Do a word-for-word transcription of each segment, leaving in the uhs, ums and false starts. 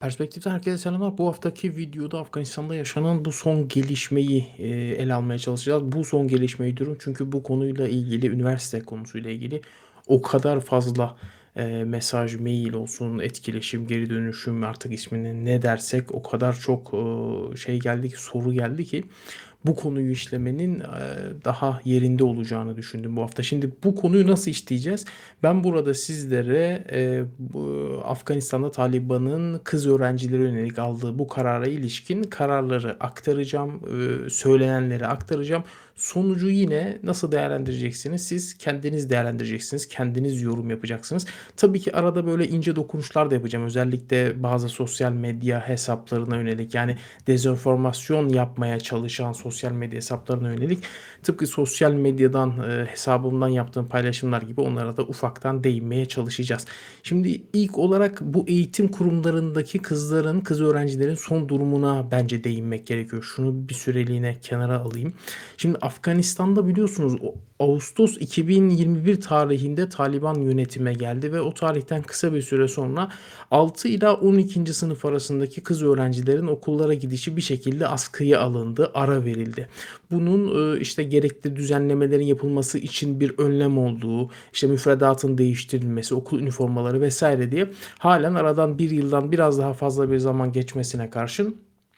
Perspektiften herkese selamlar. Bu haftaki videoda Afganistan'da yaşanan bu son gelişmeyi, eee, ele almaya çalışacağız. Bu son gelişmeyi diyorum çünkü bu konuyla ilgili, üniversite konusuyla ilgili o kadar fazla, eee, mesaj, mail olsun, etkileşim, geri dönüşüm artık ismini ne dersek o kadar çok, ııı, şey geldi ki, soru geldi ki bu konuyu işlemenin, eee, daha yerinde olacağını düşündüm bu hafta. Şimdi bu konuyu nasıl işleyeceğiz? Ben burada sizlere, eee, bu Afganistan'da Taliban'ın kız öğrencilere yönelik aldığı bu karara ilişkin kararları aktaracağım, eee, söylenenleri aktaracağım. Sonucu yine nasıl değerlendireceksiniz? Siz kendiniz değerlendireceksiniz, kendiniz yorum yapacaksınız. Tabii ki arada böyle ince dokunuşlar da yapacağım. Özellikle bazı sosyal medya hesaplarına yönelik, yani dezenformasyon yapmaya çalışan sosyal medya hesaplarına yönelik tıpkı sosyal medyadan, eee, hesabımdan yaptığım paylaşımlar gibi onlara da ufaktan değinmeye çalışacağız. Şimdi ilk olarak bu eğitim kurumlarındaki kızların, kız öğrencilerin son durumuna bence değinmek gerekiyor. Şunu bir süreliğine kenara alayım. Şimdi Afganistan'da biliyorsunuz o Ağustos iki bin yirmi bir tarihinde Taliban yönetime geldi ve o tarihten kısa bir süre sonra altı ila on ikinci sınıf arasındaki kız öğrencilerin okullara gidişi bir şekilde askıya alındı, ara verildi. Bunun, eee, işte, gerekli düzenlemelerin yapılması için bir önlem olduğu, işte, müfredatın değiştirilmesi, okul üniformaları vesaire diye hâlen aradan bir yıldan biraz daha fazla bir zaman geçmesine karşın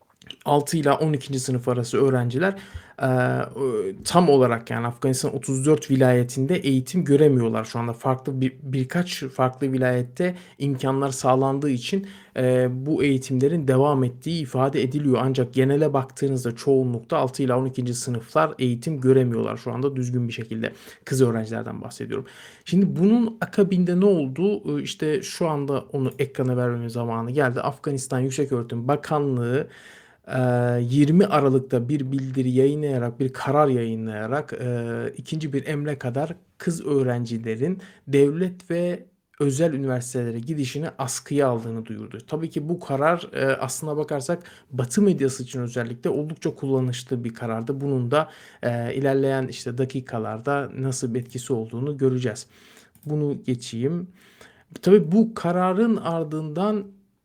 altı ila on ikinci sınıf arası öğrenciler, eee, ııı, tam olarak, yani, Afganistan'ın otuz dört vilayetinde eğitim göremiyorlar şu anda. Farklı bir birkaç farklı vilayette imkânlar sağlandığı için, eee, bu eğitimlerin devam ettiği ifade ediliyor. Ancak genele baktığınızda çoğunlukta altı ila on ikinci sınıflar eğitim göremiyorlar şu anda düzgün bir şekilde. Kız öğrencilerden bahsediyorum. Şimdi bunun akabinde ne oldu? Iıı, işte, şu anda onu ekrana vermemin zamanı geldi. Afganistan Yükseköğretim Bakanlığı, eee, yirmi Aralık'ta bir bildiri yayınlayarak, bir karar yayınlayarak, eee, ikinci bir emre kadar kız öğrencilerin devlet ve özel üniversitelere gidişini askıya aldığını duyurdu. Tabii ki bu karar, eee, aslına bakarsak Batı medyası için özellikle oldukça kullanışlı bir karardı. Bunun da, eee, ilerleyen, işte, dakikalarda nasıl bir etkisi olduğunu göreceğiz. Bunu geçeyim. Tabii bu kararın ardından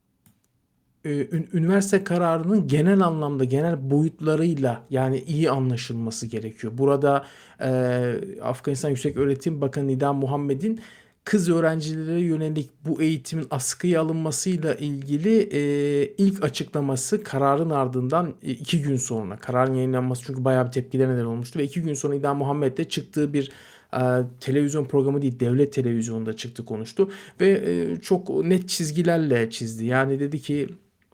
Eee, ün üniversite kararının genel anlamda, genel boyutlarıyla, yani, iyi anlaşılması gerekiyor. Burada, eee, Afganistan Yükseköğretim Bakanı Nida Muhammed'in kız öğrencilere yönelik bu eğitimin askıya alınmasıyla ilgili, eee, ilk açıklaması kararın ardından, eee, iki gün sonra, kararın yayınlanması çünkü bayağı bir tepkilere neden olmuştu ve iki gün sonra Nida Muhammed de çıktığı bir, aaa, televizyon programı değil, devlet televizyonunda çıktı konuştu ve, eee, çok net çizgilerle çizdi. Yani, dedi ki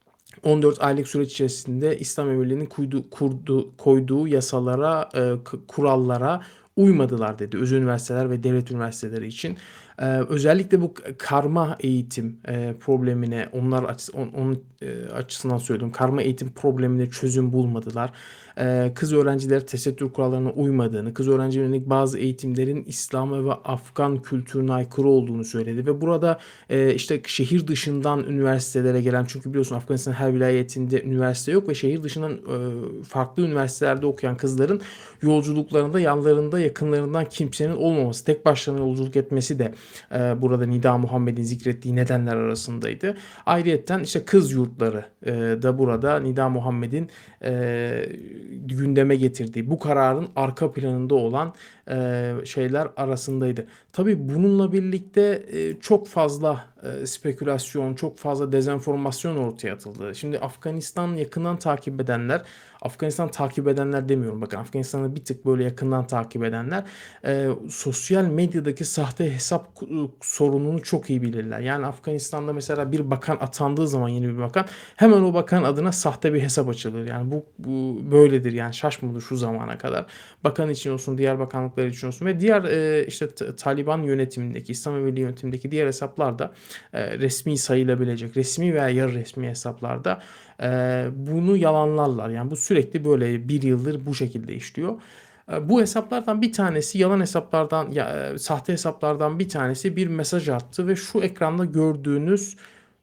on dört aylık süreç içerisinde İslam emirlerinin kuydu kurdu koyduğu yasalara, eee, k kurallara uymadılar dedi özel üniversiteler ve devlet üniversiteleri için. Eee, özellikle bu k karma eğitim, eee, problemine onlar açıs on onun, eee, açısından söylüyorum. Karma eğitim problemine çözüm bulmadılar. Eee, kız öğrenciler tesettür kurallarına uymadığını, kız öğrencilere yönelik bazı eğitimlerin İslam'a ve Afgan kültürüne aykırı olduğunu söyledi ve burada, eee, işte, şehir dışından üniversitelere gelen çünkü biliyorsun Afganistan'ın her vilayetinde üniversite yok ve şehir dışından, eee, farklı üniversitelerde okuyan kızların yolculuklarında yanlarında yakınlarından kimsenin olmaması, tek başlarına yolculuk etmesi de, eee, burada Nida Muhammed'in zikrettiği nedenler arasındaydı. Ayrıyeten, işte, kız yurtları, eee, da burada Nida Muhammed'in, eee, gündeme getirdiği, bu kararın arka planında olan, eee, şeyler arasındaydı. Tabii bununla birlikte, eee, çok fazla, eee, spekülasyon, çok fazla dezenformasyon ortaya atıldı. Şimdi Afganistan yakından takip edenler, Afganistan takip edenler demiyorum, bakın Afganistan'ı bir tık böyle yakından takip edenler, eee, sosyal medyadaki sahte hesap ku ııı, sorununu çok iyi bilirler. Yani Afganistan'da mesela bir bakan atandığı zaman yeni bir bakan hemen o bakan adına sahte bir hesap açılır. Yani bu bu böyledir yani şaşmadı şu zamana kadar. Bakan için olsun, diğer bakanlıklar için olsun ve diğer, eee, işte, Ta Taliban yönetimindeki, İslam Emirliği yönetimindeki diğer hesaplar da, eee, resmî sayılabilecek, resmî veya yarı resmî hesaplarda, eee, bunu yalanlarlar. Yani bu sürekli böyle bir yıldır bu şekilde işliyor. Eee, bu hesaplardan bir tanesi yalan hesaplardan, ya, eee, sahte hesaplardan bir tanesi bir mesaj attı ve şu ekranda gördüğünüz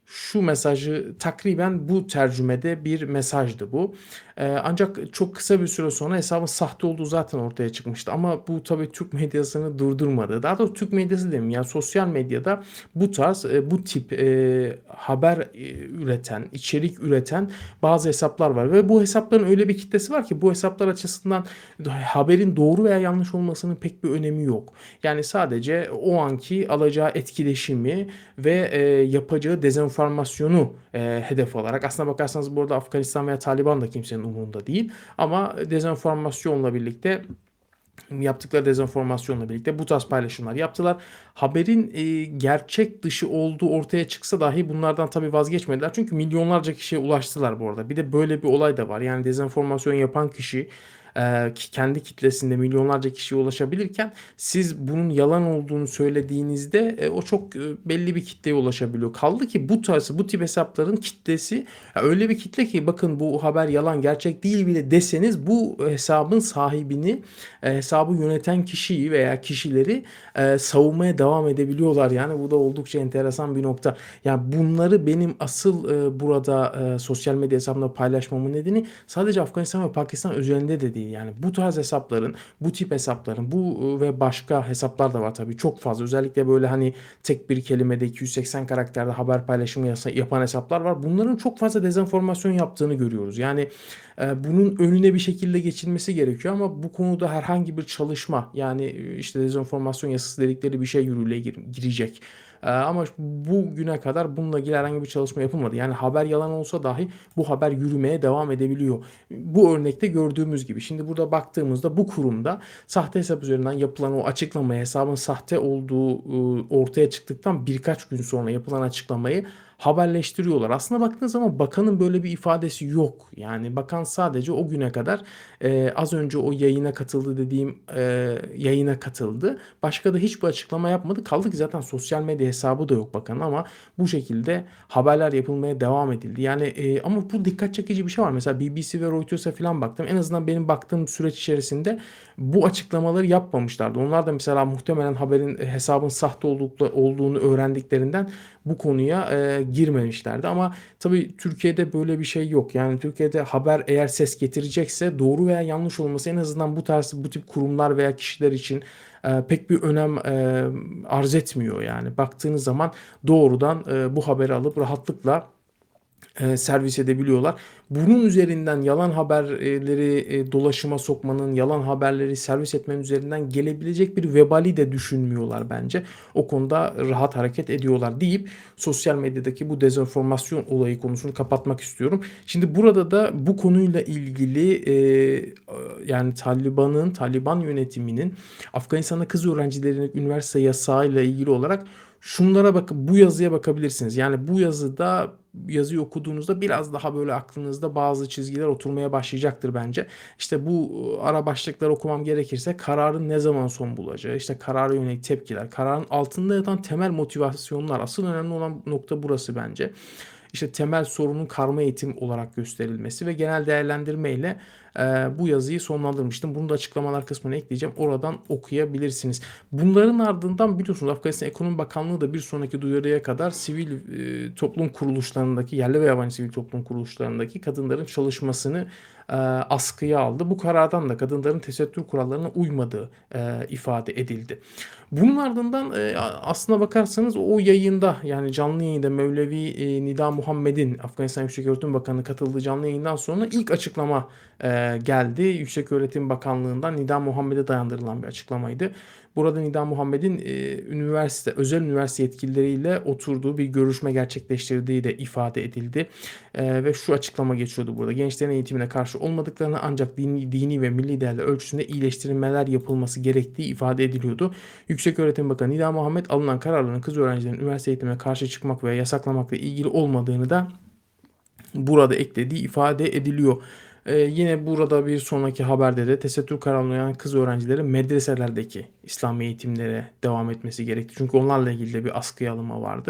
şu mesajı takriben bu tercümede bir mesajdı bu. Ee, ancak çok kısa bir süre sonra hesabın sahte olduğu zaten ortaya çıkmıştı. Ama bu tabii Türk medyasını durdurmadı. Daha doğrusu Türk medyası demeyeyim ya, sosyal medyada bu tarz e, bu tip e, haber e, üreten, içerik üreten bazı hesaplar var. Ve bu hesapların öyle bir kitlesi var ki bu hesaplar açısından haberin doğru veya yanlış olmasının pek bir önemi yok. Yani sadece o anki alacağı etkileşimi ve e, yapacağı dezenformasyonu e, hedef alarak, aslına bakarsanız burada Afganistan veya Taliban da kimsenin umurunda değil, ama dezenformasyonla birlikte, yaptıkları dezenformasyonla birlikte bu tarz paylaşımlar yaptılar. Haberin e, gerçek dışı olduğu ortaya çıksa dahi bunlardan tabii vazgeçmediler. Çünkü milyonlarca kişiye ulaştılar bu arada. Bir de böyle bir olay da var. Yani dezenformasyon yapan kişi e, ki kendi kitlesinde milyonlarca kişiye ulaşabilirken, siz bunun yalan olduğunu söylediğinizde e, o çok e, belli bir kitleye ulaşabiliyor. Kaldı ki bu tarz bu tip hesapların kitlesi ya öyle bir kitle ki, bakın bu haber yalan, gerçek değil bile deseniz bu hesabın sahibini, e, hesabı yöneten kişiyi veya kişileri e, savunmaya devam edebiliyorlar. Yani bu da oldukça enteresan bir nokta. Yani bunları benim asıl e, burada e, sosyal medya hesabımda paylaşmamın nedeni sadece Afganistan ve Pakistan özelinde de değil. Yani bu tarz hesapların, bu tip hesapların, bu e, ve başka hesaplar da var tabii, çok fazla. Özellikle böyle hani tek bir kelimede iki yüz seksen karakterde haber paylaşımı yasa- yapan hesaplar var. Bunların çok fazla dezenformasyon yaptığını görüyoruz. Yani e, bunun önüne bir şekilde geçilmesi gerekiyor, ama bu konuda herhangi bir çalışma, yani e, işte dezenformasyon yasası dedikleri bir şey yürürlüğe gir- girecek. E, ama bugüne kadar bununla ilgili herhangi bir çalışma yapılmadı. Yani haber yalan olsa dahi bu haber yürümeye devam edebiliyor. Bu örnekte gördüğümüz gibi. Şimdi burada baktığımızda bu kurumda sahte hesap üzerinden yapılan o açıklamayı, hesabın sahte olduğu e, ortaya çıktıktan birkaç gün sonra yapılan açıklamayı haberleştiriyorlar. Aslında baktığınız zaman bakanın böyle bir ifadesi yok. Yani bakan sadece o güne kadar e, az önce o yayına katıldı dediğim e, yayına katıldı. Başka da hiçbir açıklama yapmadı. Kaldı ki zaten sosyal medya hesabı da yok bakanın, ama bu şekilde haberler yapılmaya devam edildi. Yani e, ama bu dikkat çekici bir şey var. Mesela B B C ve Reuters'a falan baktım. En azından benim baktığım süreç içerisinde bu açıklamaları yapmamışlardı. Onlar da mesela muhtemelen haberin, hesabın sahte oldukla- olduğunu öğrendiklerinden bu konuya e, girmemişlerdi. Ama tabii Türkiye'de böyle bir şey yok. Yani Türkiye'de haber eğer ses getirecekse, doğru veya yanlış olması en azından bu tarz, bu tip kurumlar veya kişiler için e, pek bir önem e, arz etmiyor yani. Baktığınız zaman doğrudan e, bu haberi alıp rahatlıkla e, servis edebiliyorlar. Bunun üzerinden yalan haberleri e, dolaşıma sokmanın, yalan haberleri servis etmenin üzerinden gelebilecek bir vebali de düşünmüyorlar bence. O konuda rahat hareket ediyorlar deyip sosyal medyadaki bu dezenformasyon olayı konusunu kapatmak istiyorum. Şimdi burada da bu konuyla ilgili e, yani Taliban'ın, Taliban yönetiminin Afganistan'da kız öğrencilerin üniversite yasağıyla ilgili olarak şunlara bakın, bu yazıya bakabilirsiniz. Yani bu yazıda, yazıyı okuduğunuzda biraz daha böyle aklınızda bazı çizgiler oturmaya başlayacaktır bence. İşte bu e, ara başlıkları okumam gerekirse, kararın ne zaman son bulacağı, işte karara yönelik tepkiler, kararın altında yatan temel motivasyonlar. Asıl önemli olan nokta burası bence. İşte temel sorunun karma eğitim olarak gösterilmesi ve genel değerlendirme ile e, bu yazıyı sonlandırmıştım. Bunu da açıklamalar kısmına ekleyeceğim. Oradan okuyabilirsiniz. Bunların ardından biliyorsunuz Afganistan Ekonomi Bakanlığı da bir sonraki duyarıya kadar sivil e, toplum kuruluşlarındaki, yerli ve yabancı sivil toplum kuruluşlarındaki kadınların çalışmasını e, askıya aldı. Bu karardan da kadınların tesettür kurallarına uymadığı e, ifade edildi. Bunun ardından e, aslına bakarsanız o yayında, yani canlı yayında Mevlevi e, Nida Muhammed'in, Afganistan Yükseköğretim Bakanı katıldığı canlı yayından sonra ilk açıklama e, geldi. Yükseköğretim Bakanlığı'ndan Nida Muhammed'e dayandırılan bir açıklamaydı. Burada Nida Muhammed'in e, üniversite, özel üniversite yetkilileriyle oturduğu bir görüşme gerçekleştirdiği de ifade edildi. E, ve şu açıklama geçiyordu burada. Gençlerin eğitimine karşı olmadıklarını, ancak dini, dini ve milli değerler ölçüsünde iyileştirilmeler yapılması gerektiği ifade ediliyordu. Yükseköğretim Bakanı Nida Muhammed alınan kararların kız öğrencilerin üniversite eğitimine karşı çıkmak veya yasaklamakla ilgili olmadığını da burada eklediği ifade ediliyor. Ee, yine burada bir sonraki haberde de tesettür kararına uyan kız öğrencilerin medreselerdeki İslam eğitimlere devam etmesi gerekti. Çünkü onlarla ilgili de bir askıya alınma vardı.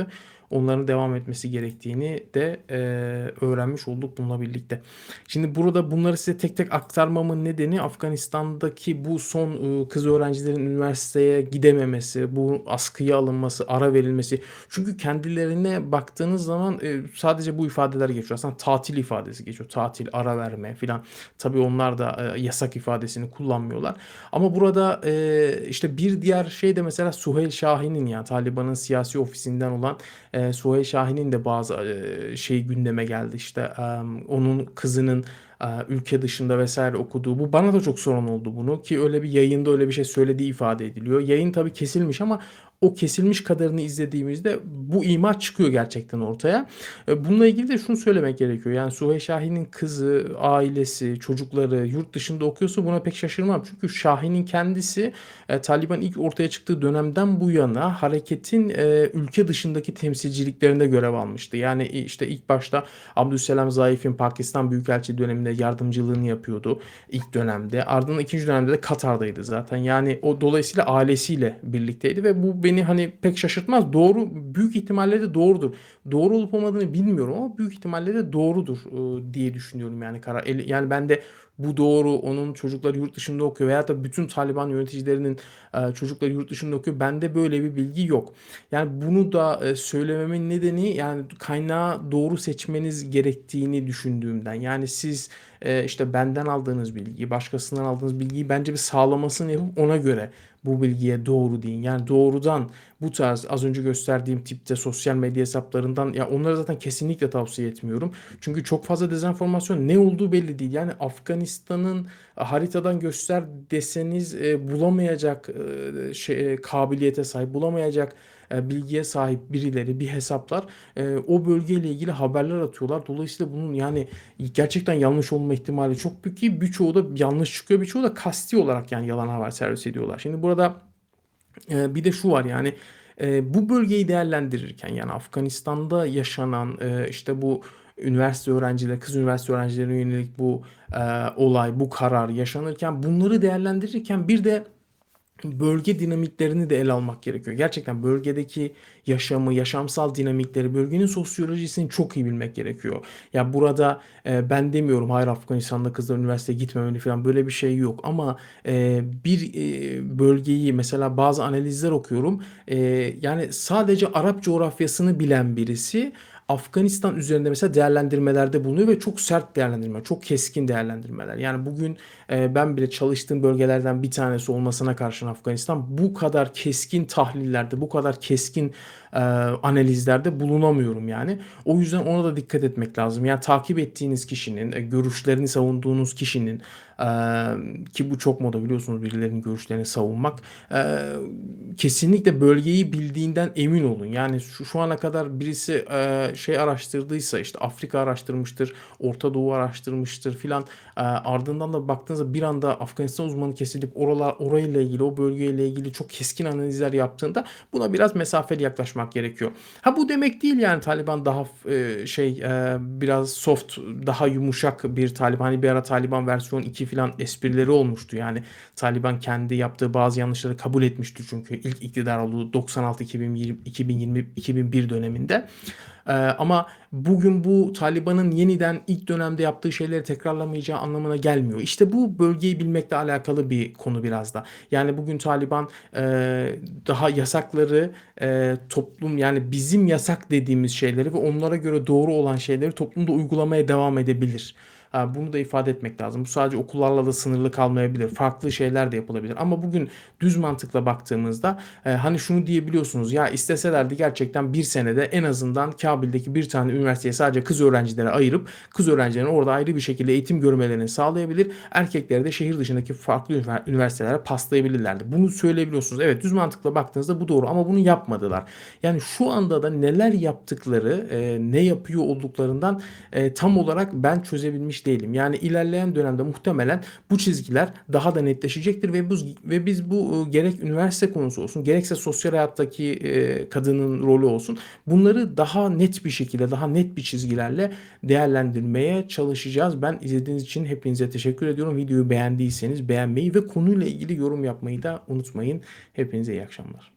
onların devam etmesi gerektiğini de, eee, öğrenmiş olduk bununla birlikte. Şimdi burada bunları size tek tek aktarmamın nedeni Afganistan'daki bu son, ııı, kız öğrencilerin üniversiteye gidememesi, bu askıya alınması, ara verilmesi. Çünkü kendilerine baktığınız zaman, eee, sadece bu ifadeler geçiyor. Aslında tatil ifadesi geçiyor. Tatil, ara verme filan. Tabii onlar da, eee, yasak ifadesini kullanmıyorlar. Ama burada, eee, işte bir diğer şey de mesela Suheyl Şahin'in, yani Taliban'ın siyasi ofisinden olan, eee, Suheyl Şahin'in de bazı, eee, şey gündeme geldi. İşte, emm, onun kızının, aaa, ülke dışında vesaire okuduğu. Bu bana da çok soran oldu bunu ki öyle bir yayında öyle bir şey söylediği ifade ediliyor. Yayın tabii kesilmiş ama o kesilmiş kadarını izlediğimizde bu ima çıkıyor gerçekten ortaya. Eee, bununla ilgili de şunu söylemek gerekiyor. Yani Suheyl Şahin'in kızı, ailesi, çocukları yurt dışında okuyorsa buna pek şaşırmam. Çünkü Şahin'in kendisi, eee, Taliban ilk ortaya çıktığı dönemden bu yana hareketin, eee, ülke dışındaki temsilciliklerinde görev almıştı. Yani, i işte ilk başta Abdüsselam Zayef'in Pakistan Büyükelçiliği döneminde yardımcılığını yapıyordu ilk dönemde. Ardından ikinci dönemde de Katar'daydı zaten. Yani o dolayısıyla ailesiyle birlikteydi ve bu beni, hani, pek şaşırtmaz. Doğru, büyük ihtimalle de doğrudur. Doğru olup olmadığını bilmiyorum ama büyük ihtimalle de doğrudur, ııı, diye düşünüyorum yani karar. El yani ben de bu doğru, onun çocukları yurt dışında okuyor veyahut da bütün Taliban yöneticilerinin, eee, çocukları yurt dışında okuyor. Bende böyle bir bilgi yok. Yani bunu da, eee, söylememin nedeni, yani kaynağı doğru seçmeniz gerektiğini düşündüğümden. Yani siz, eee, işte benden aldığınız bilgiyi, başkasından aldığınız bilgiyi bence bir sağlamasını yapıp ona göre bu bilgiye doğru deyin. Yani doğrudan bu tarz az önce gösterdiğim tipte sosyal medya hesaplarından, ya onları zaten kesinlikle tavsiye etmiyorum. Çünkü çok fazla dezenformasyon, ne olduğu belli değil. Yani Afganistan'ın haritadan göster deseniz, eee, bulamayacak, eee, şey, kabiliyete sahip, bulamayacak, eee, bilgiye sahip birileri, bir hesaplar, eee, o bölgeyle ilgili haberler atıyorlar. Dolayısıyla bunun yani gerçekten yanlış olma ihtimali çok büyük ki birçoğu da yanlış çıkıyor. Birçoğu da kasti olarak yani yalan haber servis ediyorlar. Şimdi burada, eee, bir de şu var yani, eee, bu bölgeyi değerlendirirken yani Afganistan'da yaşanan, eee, işte bu üniversite öğrencileri, kız üniversite öğrencilerine yönelik bu, eee, olay, bu karar yaşanırken bunları değerlendirirken bir de bölge dinamiklerini de ele almak gerekiyor. Gerçekten bölgedeki yaşamı, yaşamsal dinamikleri, bölgenin sosyolojisini çok iyi bilmek gerekiyor. Ya burada, eee, ben demiyorum hayır Afganistan'da kızlar üniversiteye gitmemeli falan, böyle bir şey yok ama, eee, bir, eee, bölgeyi mesela bazı analizler okuyorum. Eee, yani sadece Arap coğrafyasını bilen birisi Afganistan üzerinde mesela değerlendirmelerde bulunuyor ve çok sert değerlendirmeler, çok keskin değerlendirmeler. Yani bugün, eee, ben bile çalıştığım bölgelerden bir tanesi olmasına karşın Afganistan bu kadar keskin tahlillerde, bu kadar keskin, eee, analizlerde bulunamıyorum yani. O yüzden ona da dikkat etmek lazım. Yani takip ettiğiniz kişinin, eee, görüşlerini savunduğunuz kişinin, emm, ki bu çok moda biliyorsunuz birilerinin görüşlerini savunmak. Eee, kesinlikle bölgeyi bildiğinden emin olun. Yani şu şu ana kadar birisi, eee, şey araştırdıysa, işte Afrika araştırmıştır, Orta Doğu araştırmıştır filan, eee, ardından da baktığınızda bir anda Afganistan uzmanı kesilip oralar orayla ilgili, o bölgeyle ilgili çok keskin analizler yaptığında buna biraz mesafeli yaklaşmak gerekiyor. Ha bu demek değil yani Taliban daha f eee, şey, eee, biraz soft, daha yumuşak bir Taliban. Hani bir ara Taliban versiyon iki filan esprileri olmuştu. Yani Taliban kendi yaptığı bazı yanlışları kabul etmişti çünkü ilk iktidar olduğu doksan altı iki bin yirmi iki bin yirmi iki bin bir döneminde. Eee, ama bugün bu Taliban'ın yeniden ilk dönemde yaptığı şeyleri tekrarlamayacağı anlamına gelmiyor. İşte bu bölgeyi bilmekle alakalı bir konu biraz da. Yani bugün Taliban, eee, daha yasakları, eee, toplum yani bizim yasak dediğimiz şeyleri ve onlara göre doğru olan şeyleri toplumda uygulamaya devam edebilir. Ha, bunu da ifade etmek lazım. Bu sadece okullarla da sınırlı kalmayabilir. Farklı şeyler de yapılabilir. Ama bugün düz mantıkla baktığımızda, eee, hani şunu diyebiliyorsunuz. Ya isteselerdi gerçekten bir senede en azından Kabil'deki bir tane üniversiteye sadece kız öğrencilere ayırıp kız öğrencilerin orada ayrı bir şekilde eğitim görmelerini sağlayabilir. Erkekleri de şehir dışındaki farklı ünivers- üniversitelere paslayabilirlerdi. Bunu söyleyebiliyorsunuz. Evet düz mantıkla baktığınızda bu doğru ama bunu yapmadılar. Yani şu anda da neler yaptıkları, eee, ne yapıyor olduklarından, eee, tam olarak ben çözebilmiş değilim. Yani ilerleyen dönemde muhtemelen bu çizgiler daha da netleşecektir ve bu ve biz bu ııı, gerek üniversite konusu olsun, gerekse sosyal hayattaki, eee, kadının rolü olsun, bunları daha net bir şekilde, daha net bir çizgilerle değerlendirmeye çalışacağız. Ben izlediğiniz için hepinize teşekkür ediyorum. Videoyu beğendiyseniz beğenmeyi ve konuyla ilgili yorum yapmayı da unutmayın. Hepinize iyi akşamlar.